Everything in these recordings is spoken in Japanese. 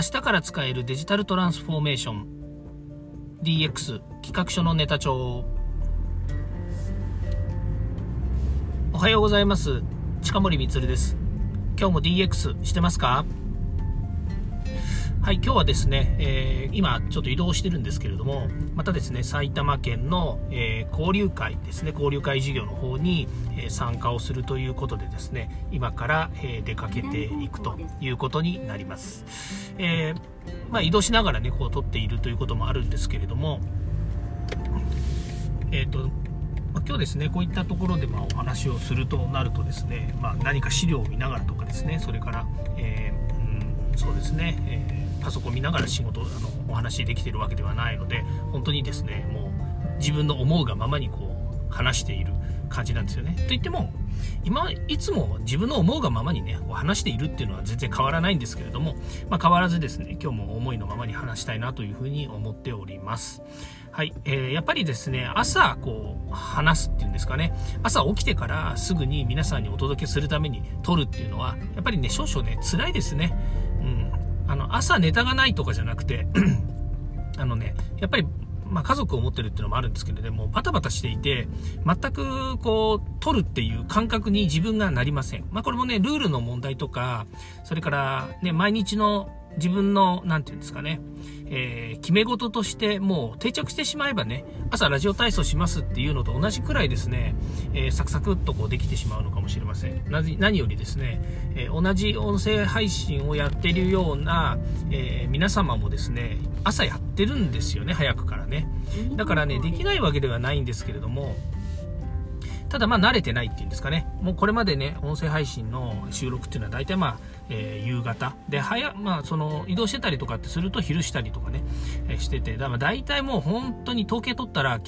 明日から使えるデジタルトランスフォーメーション DX 企画書のネタ帳。おはようございます。近森光です。今日も DX してますか？はい、今日はですね、今ちょっと移動してるんですけれども、またですね埼玉県の、交流会ですね、交流会事業の方に、参加をするということでですね、今から、出かけていくということになります。移動しながらねこう撮っているということもあるんですけれども、今日ですねこういったところでお話をするとなるとですね、何か資料を見ながらとかですね、それから、そうですね、パソコン見ながら仕事お話できているわけではないので、本当にですねもう自分の思うがままにこう話している感じなんですよね。といってもいつも自分の思うがままにねこう話しているっていうのは全然変わらないんですけれども、変わらずですね今日も思いのままに話したいなというふうに思っております。はい、やっぱりですね朝こう話すっていうんですかね、朝起きてからすぐに皆さんにお届けするために撮るっていうのはやっぱりね少々ね辛いですね。朝ネタがないとかじゃなくてやっぱり家族を持ってるっていうのもあるんですけれども、バタバタしていて全くこう取るっていう感覚に自分がなりません。これもねルールの問題とか、それからね毎日の自分のなんていうんですかね、決め事としてもう定着してしまえばね、朝ラジオ体操しますっていうのと同じくらいですね、サクサクっとこうできてしまうのかもしれません。何よりですね、同じ音声配信をやっているような、皆様もですね朝やってるんですよね、早くからね。だからねできないわけではないんですけれども、ただ慣れてないっていうんですかね。もうこれまでね音声配信の収録っていうのは大体夕方でその移動してたりとかってすると昼したりとかね、してて、だから大体もう本当に統計取ったら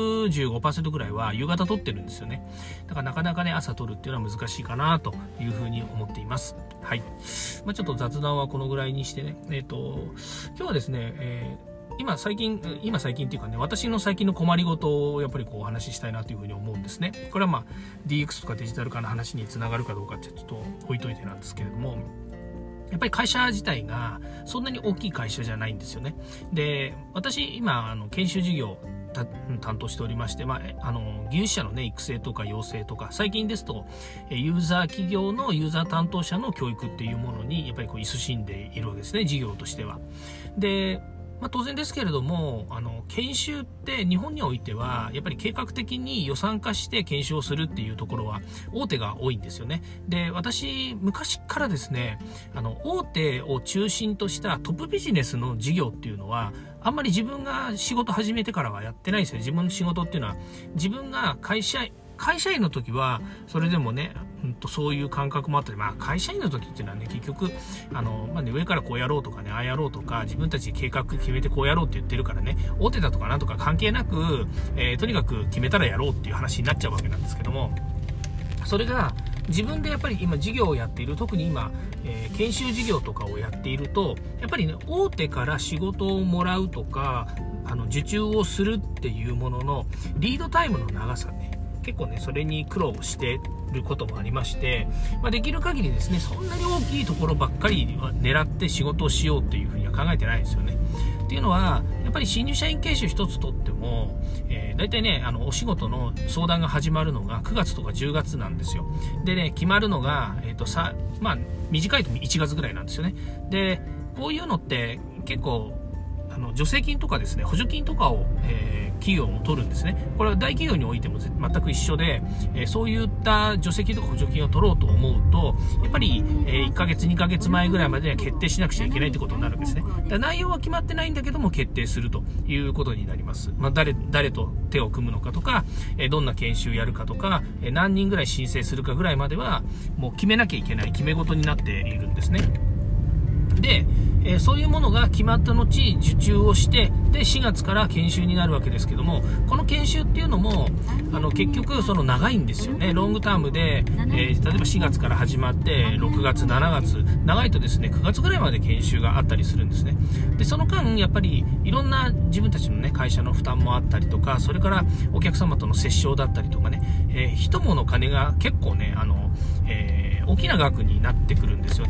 95% ぐらいは夕方取ってるんですよね。だからなかなかね朝取るっていうのは難しいかなというふうに思っています。はい、ちょっと雑談はこのぐらいにしてね、今日はですね、今最近っていうかね、私の最近の困りごとをやっぱりこうお話ししたいなというふうに思うんですね。これはDX とかデジタル化の話につながるかどうかってちょっと置いといてなんですけれども、やっぱり会社自体がそんなに大きい会社じゃないんですよね。で、私今研修事業担当しておりまして、技術者のね育成とか養成とか、最近ですとユーザー企業のユーザー担当者の教育っていうものにやっぱりこう勤しんでいるわけですね、事業としては。で当然ですけれども研修って日本においてはやっぱり計画的に予算化して研修をするっていうところは大手が多いんですよね。で、私昔からですね大手を中心としたトップビジネスの事業っていうのはあんまり自分が仕事始めてからはやってないですよ。自分の仕事っていうのは自分が会社員の時はそれでもね、そういう感覚もあったり、会社員の時っていうのはね結局上からこうやろうとかねああやろうとか自分たちで計画決めてこうやろうって言ってるからね、大手だとかなんとか関係なく、とにかく決めたらやろうっていう話になっちゃうわけなんですけども、それが自分でやっぱり今事業をやっている、特に今、研修事業とかをやっているとやっぱりね大手から仕事をもらうとか受注をするっていうもののリードタイムの長さね、結構ねそれに苦労してることもありまして、できる限りですねそんなに大きいところばっかり狙って仕事をしようっていうふうには考えてないんですよね。っていうのはやっぱり新入社員研修一つとっても、大体ねお仕事の相談が始まるのが9月とか10月なんですよ。でね決まるのが、短いと1月ぐらいなんですよね。でこういうのって結構助成金とかですね補助金とかを、企業も取るんですね。これは大企業においても全く一緒で、そういった助成金とか補助金を取ろうと思うとやっぱり、1ヶ月2ヶ月前ぐらいまでは決定しなくちゃいけないってことになるわけですね。だから内容は決まってないんだけども決定するということになります。誰と手を組むのかとか、どんな研修やるかとか、何人ぐらい申請するかぐらいまではもう決めなきゃいけない決め事になっているんですね。で、そういうものが決まった後受注をしてで4月から研修になるわけですけども、この研修っていうのも結局その長いんですよね。ロングタームで、例えば4月から始まって6月7月長いとですね9月ぐらいまで研修があったりするんですね。でその間やっぱりいろんな自分たちのね会社の負担もあったりとか、それからお客様との折衝だったりとかね、人もの金が結構ね大きな額になってくるんですよね。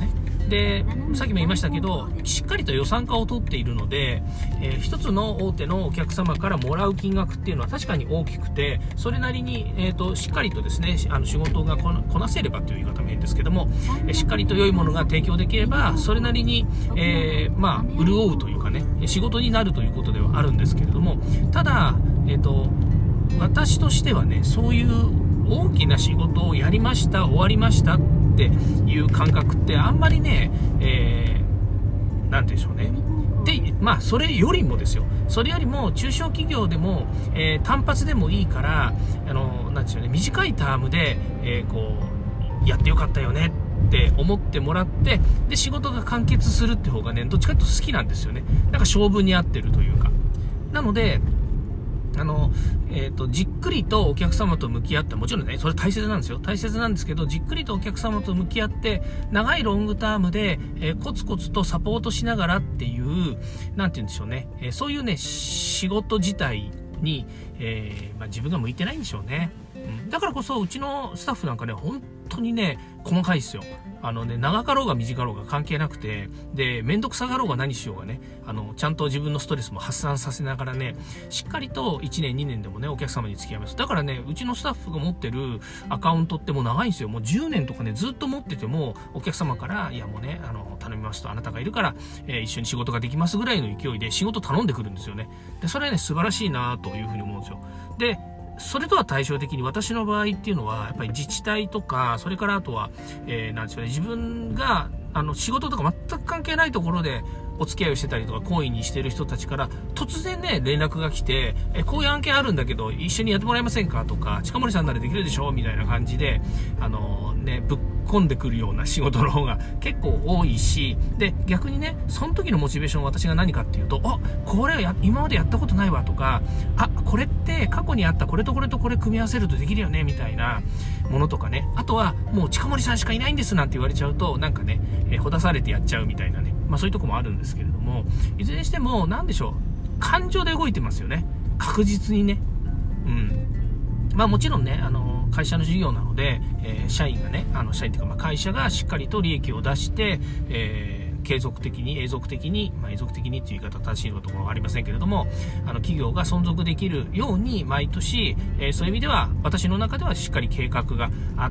でさっきも言いましたけど、しっかりと予算化を取っているので、一つの大手のお客様からもらう金額っていうのは確かに大きくて、それなりに、しっかりとですね、仕事がこなせればという言い方も変ですけども、しっかりと良いものが提供できれば、それなりに、潤うというかね、仕事になるということではあるんですけれども、ただ、私としてはね、そういう大きな仕事をやりました、終わりましたっていう感覚ってあんまりね、なんて言うんでしょうね。で、それよりもですよ、それよりも中小企業でも、単発でもいいから、なんでしょうね、短いタームで、やってよかったよねって思ってもらって、で、仕事が完結するって方がね、どっちかというと好きなんですよね。なんか勝負に合ってるというか。なので、じっくりとお客様と向き合って、もちろんね、それ大切なんですよ。大切なんですけど、じっくりとお客様と向き合って、長いロングタームで、コツコツとサポートしながらっていう、なんて言うんでしょうね。そういうね、仕事自体に、自分が向いてないんでしょうね。だからこそ、うちのスタッフなんかね、本当にね、細かいですよ。長かろうが短かろうが関係なくて、で、めんどくさがろうが何しようがね、ちゃんと自分のストレスも発散させながらね、しっかりと1年2年でもね、お客様に付き合います。だからね、うちのスタッフが持ってるアカウントってもう長いんですよ。もう10年とかね、ずっと持ってても、お客様から、いやもうね、頼みますと、あなたがいるから、一緒に仕事ができますぐらいの勢いで仕事頼んでくるんですよね。で、それはね、素晴らしいなというふうに思うんですよ。で、それとは対照的に私の場合っていうのは、やっぱり自治体とか、それからあとは、なんですよね、自分が、仕事とか全く関係ないところでお付き合いをしてたりとか、懇意にしてる人たちから、突然ね、連絡が来て、こういう案件あるんだけど、一緒にやってもらえませんかとか、近森さんならできるでしょみたいな感じで、ぶっ込んでくるような仕事の方が結構多いし、で、逆にね、その時のモチベーションは私が何かっていうと、これは今までやったことないわとか、これって過去にあったこれとこれとこれ組み合わせるとできるよねみたいなものとかね、あとはもう近森さんしかいないんですなんて言われちゃうと、なんかね、ほだされてやっちゃうみたいなね、そういうとこもあるんですけれども、いずれにしても、なんでしょう、感情で動いてますよね。確実にね。もちろんね、会社の事業なので、社員がね、社員というか、会社がしっかりと利益を出して、永続的にっていう言い方正しいところはありませんけれども、企業が存続できるように毎年、そういう意味では私の中ではしっかり計画があって、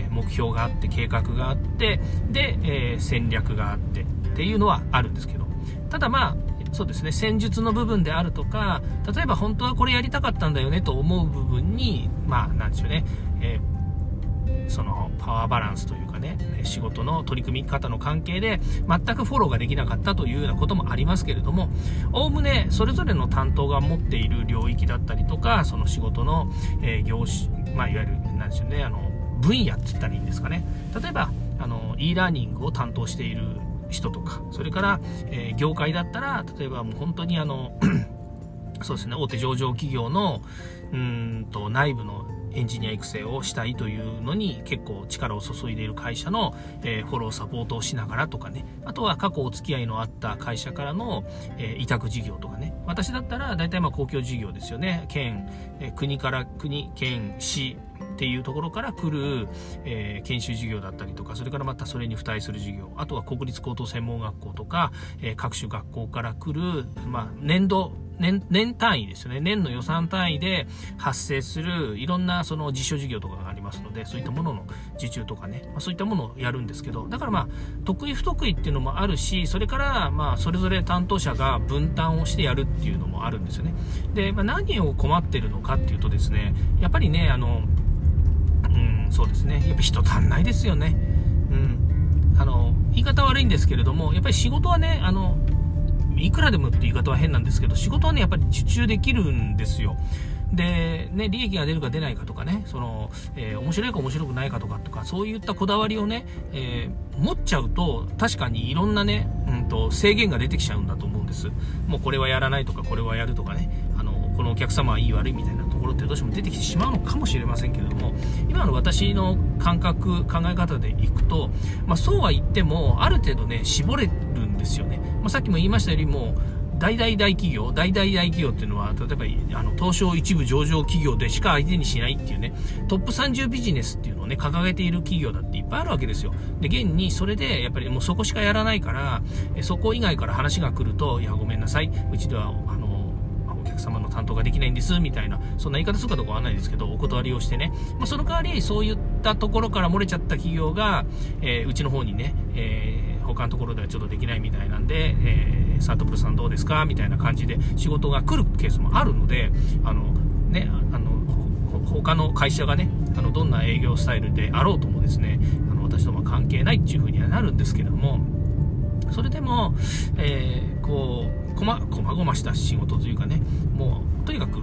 目標があって、計画があって、で、戦略があってっていうのはあるんですけど、ただそうですね、戦術の部分であるとか、例えば本当はこれやりたかったんだよねと思う部分に、なんでしょうね、そのパワーバランスというかね、仕事の取り組み方の関係で全くフォローができなかったというようなこともありますけれども、おおむねそれぞれの担当が持っている領域だったりとか、その仕事の、業種、いわゆるなんでしょうね、分野って言ったらいいんですかね。例えばe ラーニングを担当している人とか、それから、業界だったら、例えばもう本当にそうですね、大手上場企業の内部のエンジニア育成をしたいというのに結構力を注いでいる会社の、フォローサポートをしながらとかね、あとは過去お付き合いのあった会社からの、委託事業とかね、私だったら大体公共事業ですよね、国から県市っていうところから来る、研修事業だったりとか、それからまたそれに付帯する事業、あとは国立高等専門学校とか、各種学校から来る、年単位ですよね。年の予算単位で発生するいろんなその実証事業とかがありますので、そういったものの受注とかね、そういったものをやるんですけど、だから得意不得意っていうのもあるし、それからそれぞれ担当者が分担をしてやるっていうのもあるんですよね。で、何を困ってるのかっていうとですね、やっぱりね、そうですね、やっぱ人足んないですよね。言い方悪いんですけれども、やっぱり仕事はね、いくらでもって言い方は変なんですけど、仕事はね、やっぱり受注できるんですよ。で、ね、利益が出るか出ないかとかね、面白いか面白くないかとか、そういったこだわりをね、持っちゃうと、確かにいろんなね、制限が出てきちゃうんだと思うんです。もうこれはやらないとか、これはやるとかね、このお客様はいい悪いみたいなところってどうしても出てきてしまうのかもしれませんけれども、今の私の考え方でいくと、そうは言っても、ある程度ね、絞れるんですよね。さっきも言いましたよりも、 大企業っていうのは、例えば東証一部上場企業でしか相手にしないっていうね、トップ30ビジネスっていうのをね掲げている企業だっていっぱいあるわけですよ。で現にそれでやっぱりもうそこしかやらないから、そこ以外から話が来ると、いやごめんなさい、うちではお客様の担当ができないんですみたいな、そんな言い方するかどうかわかんないですけど、お断りをしてね、その代わりそういったところから漏れちゃった企業が、うちの方にね、他のところではちょっとできないみたいなんで、サートプロさんどうですかみたいな感じで仕事が来るケースもあるので、他の会社がね、どんな営業スタイルであろうともですね、私どもは関係ないっていう風にはなるんですけれども、それでも、こまごました仕事というかね、もうとにかく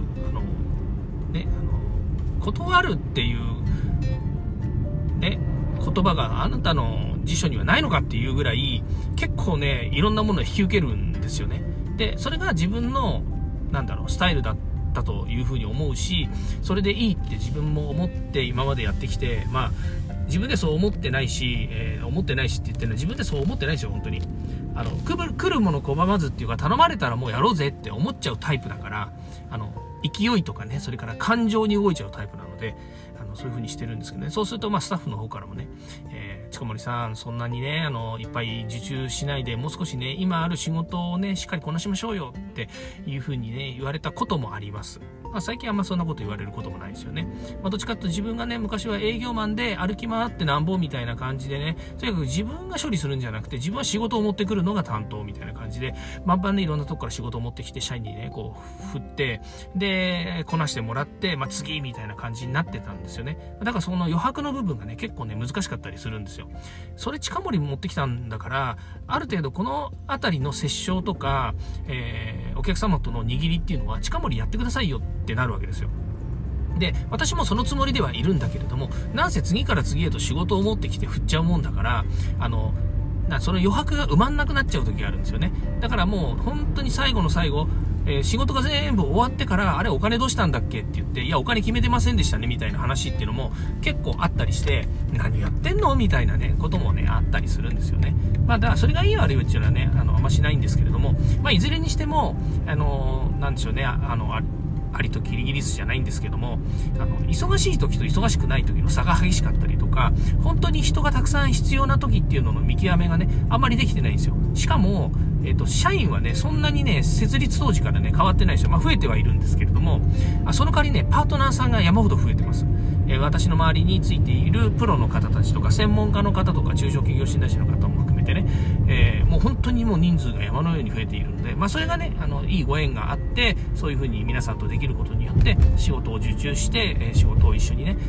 断るっていうね言葉があなたの辞書にはないのかっていうぐらい、結構ねいろんなものを引き受けるんですよね。でそれが自分のスタイルだったというふうに思うし、それでいいって自分も思って今までやってきて、自分でそう思ってないし、思ってないしって言ってるのは自分でそう思ってないですよ。本当に来るもの拒まずっていうか、頼まれたらもうやろうぜって思っちゃうタイプだから、勢いとかね、それから感情に動いちゃうタイプなので、そういう風にしてるんですけどね。そうするとスタッフの方からもね、近森さんそんなにねいっぱい受注しないで、もう少しね今ある仕事をねしっかりこなしましょうよっていう風にね言われたこともあります。最近はそんなこと言われることもないですよね。どっちかというと自分がね昔は営業マンで歩き回ってなんぼみたいな感じでね、とにかく自分が処理するんじゃなくて、自分は仕事を持ってくるのが担当みたいな感じで、満々ねいろんなとこから仕事を持ってきて社員にねこう振って、でこなしてもらって、次みたいな感じになってたんですよね。だからその余白の部分がね結構ね難しかったりするんですよ。それ近森持ってきたんだから、ある程度この辺りの折衝とか、お客様との握りっていうのは近森やってくださいよってなるわけですよ。で私もそのつもりではいるんだけれども、なんせ次から次へと仕事を持ってきて振っちゃうもんだから、その余白が埋まんなくなっちゃう時があるんですよね。だからもう本当に最後の最後、仕事が全部終わってから、あれお金どうしたんだっけって言って、いやお金決めてませんでしたねみたいな話っていうのも結構あったりして、何やってんのみたいなねこともねあったりするんですよね。だからそれがいい悪いっていうのはねあんましないんですけれども、いずれにしてもなんでしょうね、アリとキリギリスじゃないんですけども、忙しい時と忙しくない時の差が激しかったりとか、本当に人がたくさん必要な時っていうのの見極めがねあんまりできてないんですよ。しかも社員はねそんなにね設立当時からね変わってないですよ。増えてはいるんですけれども、その代わりねパートナーさんが山ほど増えてます。私の周りについているプロの方たちとか専門家の方とか中小企業診断士の方も含めてね、もう本当にもう人数が山のように増えているので、それがねいいご縁があって、そういう風に皆さんとできることによって仕事を受注して、仕事を一緒にね、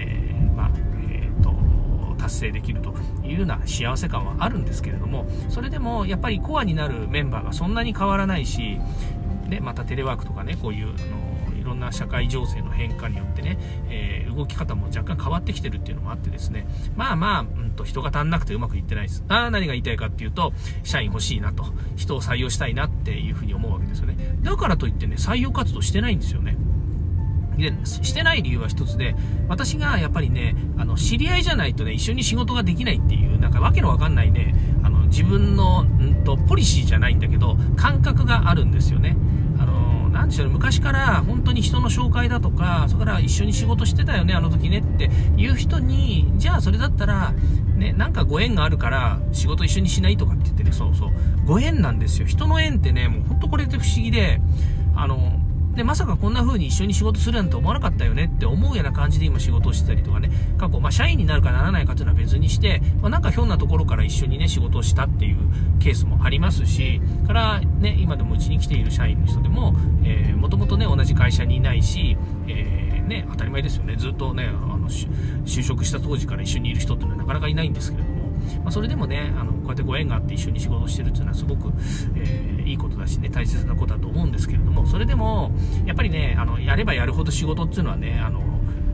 達成できるというような幸せ感はあるんですけれども、それでもやっぱりコアになるメンバーがそんなに変わらないし、でまたテレワークとかね、こういういろんな社会情勢の変化によってね、動き方も若干変わってきてるっていうのもあってですね、人が足んなくてうまくいってないです。何が言いたいかっていうと、社員欲しいなと、人を採用したいなっていうふうに思うわけですよね。だからといってね採用活動してないんですよね。でしてない理由は一つで、私がやっぱりね知り合いじゃないとね一緒に仕事ができないっていう、なんかわけのわかんないね自分のポリシーじゃないんだけど感覚があるんですよね。なんでしょうね、昔から本当に人の紹介だとか、それから一緒に仕事してたよねあの時ねっていう人に、じゃあそれだったらね、なんかご縁があるから仕事一緒にしないとかって言ってね、そうご縁なんですよ。人の縁ってね、もう本当これって不思議で、でまさかこんな風に一緒に仕事するなんて思わなかったよねって思うような感じで今仕事をしてたりとかね、過去社員になるかならないかというのは別にして、なんかひょんなところから一緒にね仕事をしたっていうケースもありますし、からね今でもうちに来ている社員の人でももともとね同じ会社にいないし、当たり前ですよね。ずっとね就職した当時から一緒にいる人っていうのはなかなかいないんですけれども、それでもねこうやってご縁があって一緒に仕事をしてるっていうのはすごく、いいことだしね、大切なことだと思うんですけれども、それでもやっぱりねやればやるほど仕事っていうのはね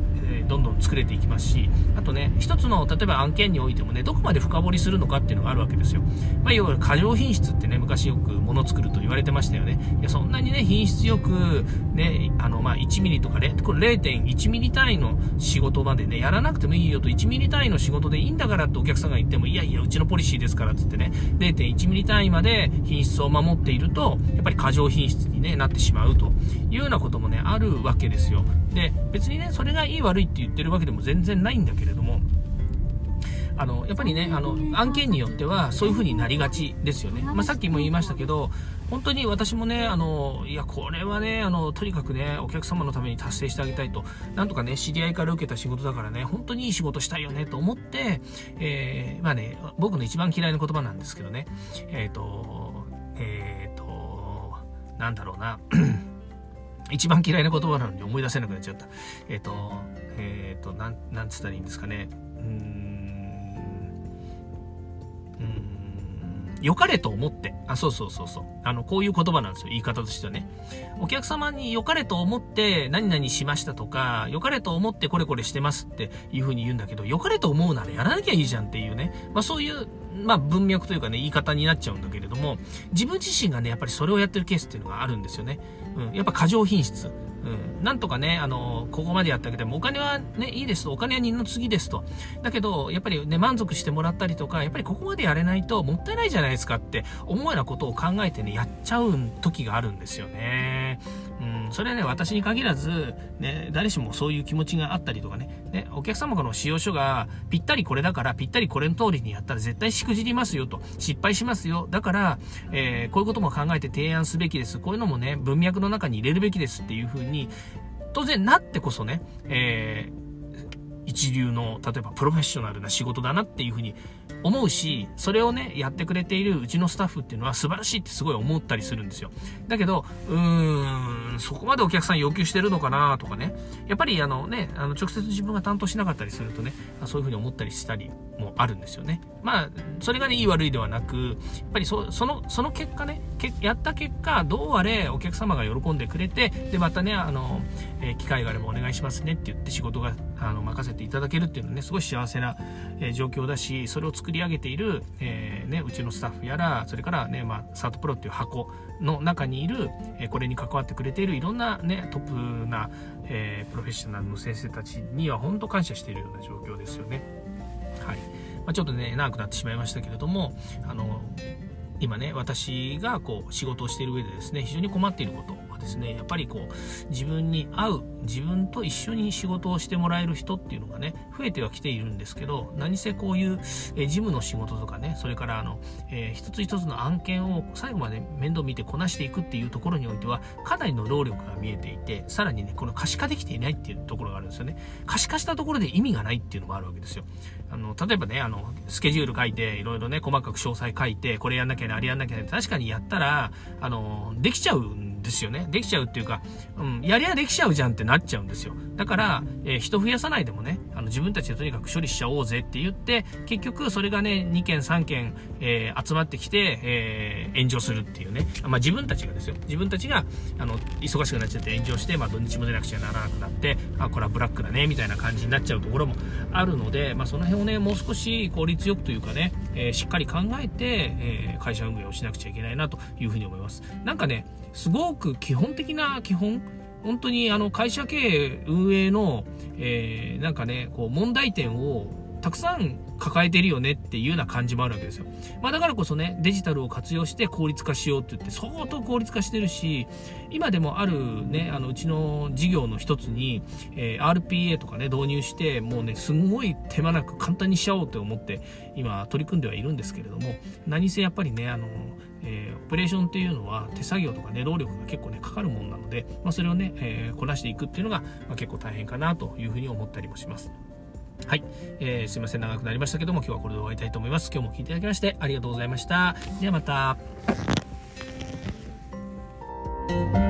どんどん作れていきますし、あとね、一つの例えば案件においてもね、どこまで深掘りするのかっていうのがあるわけですよ。要は過剰品質ってね、昔よく物を作ると言われてましたよね。いや、そんなにね、品質よくね、1ミリとかね、これ 0.1 ミリ単位の仕事までね、やらなくてもいいよと、1ミリ単位の仕事でいいんだからってお客さんが言っても、いやいや、うちのポリシーですからっつってね、0.1 ミリ単位まで品質を守っていると、やっぱり過剰品質に、ね、なってしまうというようなこともね、あるわけですよ。で、別にね、それがいい悪いって言ってるわけでも全然ないんだけれども、やっぱりね、案件によってはそういう風になりがちですよね。さっきも言いましたけど、本当に私もね、いや、これはね、とにかくね、お客様のために達成してあげたいと、なんとかね、知り合いから受けた仕事だからね、本当にいい仕事したいよね、と思って、僕の一番嫌いな言葉なんですけどね、なんだろうな、一番嫌いな言葉なのに思い出せなくなっちゃった。なんつったらいいんですかね。良かれと思って、そう。こういう言葉なんですよ、言い方としてはね。お客様に良かれと思って何々しましたとか、良かれと思ってこれこれしてますっていう風に言うんだけど、良かれと思うならやらなきゃいいじゃんっていうね。そういう、文脈というかね、言い方になっちゃうんだけれども、自分自身がね、やっぱりそれをやってるケースっていうのがあるんですよね。やっぱ過剰品質。なんとかね、ここまでやってあげても、お金はね、いいですと、お金は二の次ですと。だけど、やっぱりね、満足してもらったりとか、やっぱりここまでやれないともったいないじゃないですかって思うようなことを考えてね、やっちゃう時があるんですよね。それはね、私に限らず、ね、誰しもそういう気持ちがあったりとかね、お客様の使用書がぴったりこれだから、ぴったりこれの通りにやったら絶対しくじりますよと、失敗しますよ。だから、こういうことも考えて提案すべきです。こういうのもね、文脈の中に入れるべきですっていう風に、当然なってこそね、一流の、例えばプロフェッショナルな仕事だなっていう風に思うし、それをね、やってくれているうちのスタッフっていうのは素晴らしいってすごい思ったりするんですよ。だけど、そこまでお客さん要求してるのかなとかね。やっぱり直接自分が担当しなかったりするとね、そういう風に思ったりしたりもあるんですよね。それがね、いい悪いではなく、やっぱりその結果ね、やった結果、どうあれお客様が喜んでくれて、で、またね、機会があればお願いしますねって言って仕事が、任せていただけるっていうのはね、すごい幸せな、状況だし、それを作り上げている、うちのスタッフやら、それからね、サートプロっていう箱の中にいる、これに関わってくれているいろんなね、トップな、プロフェッショナルの先生たちには本当感謝しているような状況ですよね。はい。ちょっとね、長くなってしまいましたけれども、今ね、私が仕事をしている上でですね、非常に困っていることはですね、やっぱり自分に合う、自分と一緒に仕事をしてもらえる人っていうのがね、増えてはきているんですけど、何せこういう、事務の仕事とかね、それから一つ一つの案件を最後まで面倒見てこなしていくっていうところにおいては、かなりの労力が見えていて、さらにね、この可視化できていないっていうところがあるんですよね。可視化したところで意味がないっていうのもあるわけですよ。例えばね、スケジュール書いて、いろいろね、細かく詳細書いて、これやんなきゃね、あれやんなきゃね、確かにやったら、できちゃうんですよね。できちゃうっていうか、やりゃできちゃうじゃんってなっちゃうんですよ。だから、人増やさないでもね、自分たちでとにかく処理しちゃおうぜって言って、結局それがね、2件3件、集まってきて、炎上するっていうね。自分たちがですよ。自分たちが、忙しくなっちゃって炎上して、土日も出なくちゃならなくなって、これはブラックだね、みたいな感じになっちゃうところもあるので、その辺をね、もう少し効率よくというかね、しっかり考えて、会社運営をしなくちゃいけないなというふうに思います。なんかね、すごく基本的な本当に会社経営運営の、なんかね、問題点をたくさん抱えてるよねっていうような感じもあるわけですよ。だからこそね、デジタルを活用して効率化しようって言って相当効率化してるし、今でもあるね、うちの事業の一つに、RPA とかね、導入して、もうね、すんごい手間なく簡単にしちゃおうと思って、今取り組んではいるんですけれども、何せやっぱりね、オペレーションっていうのは手作業とかね、労力が結構ね、かかるもんなので、それをね、こなしていくっていうのが、結構大変かなというふうに思ったりもします。はい、すいません、長くなりましたけども、今日はこれで終わりたいと思います。今日も聞いていただきましてありがとうございました。ではまた。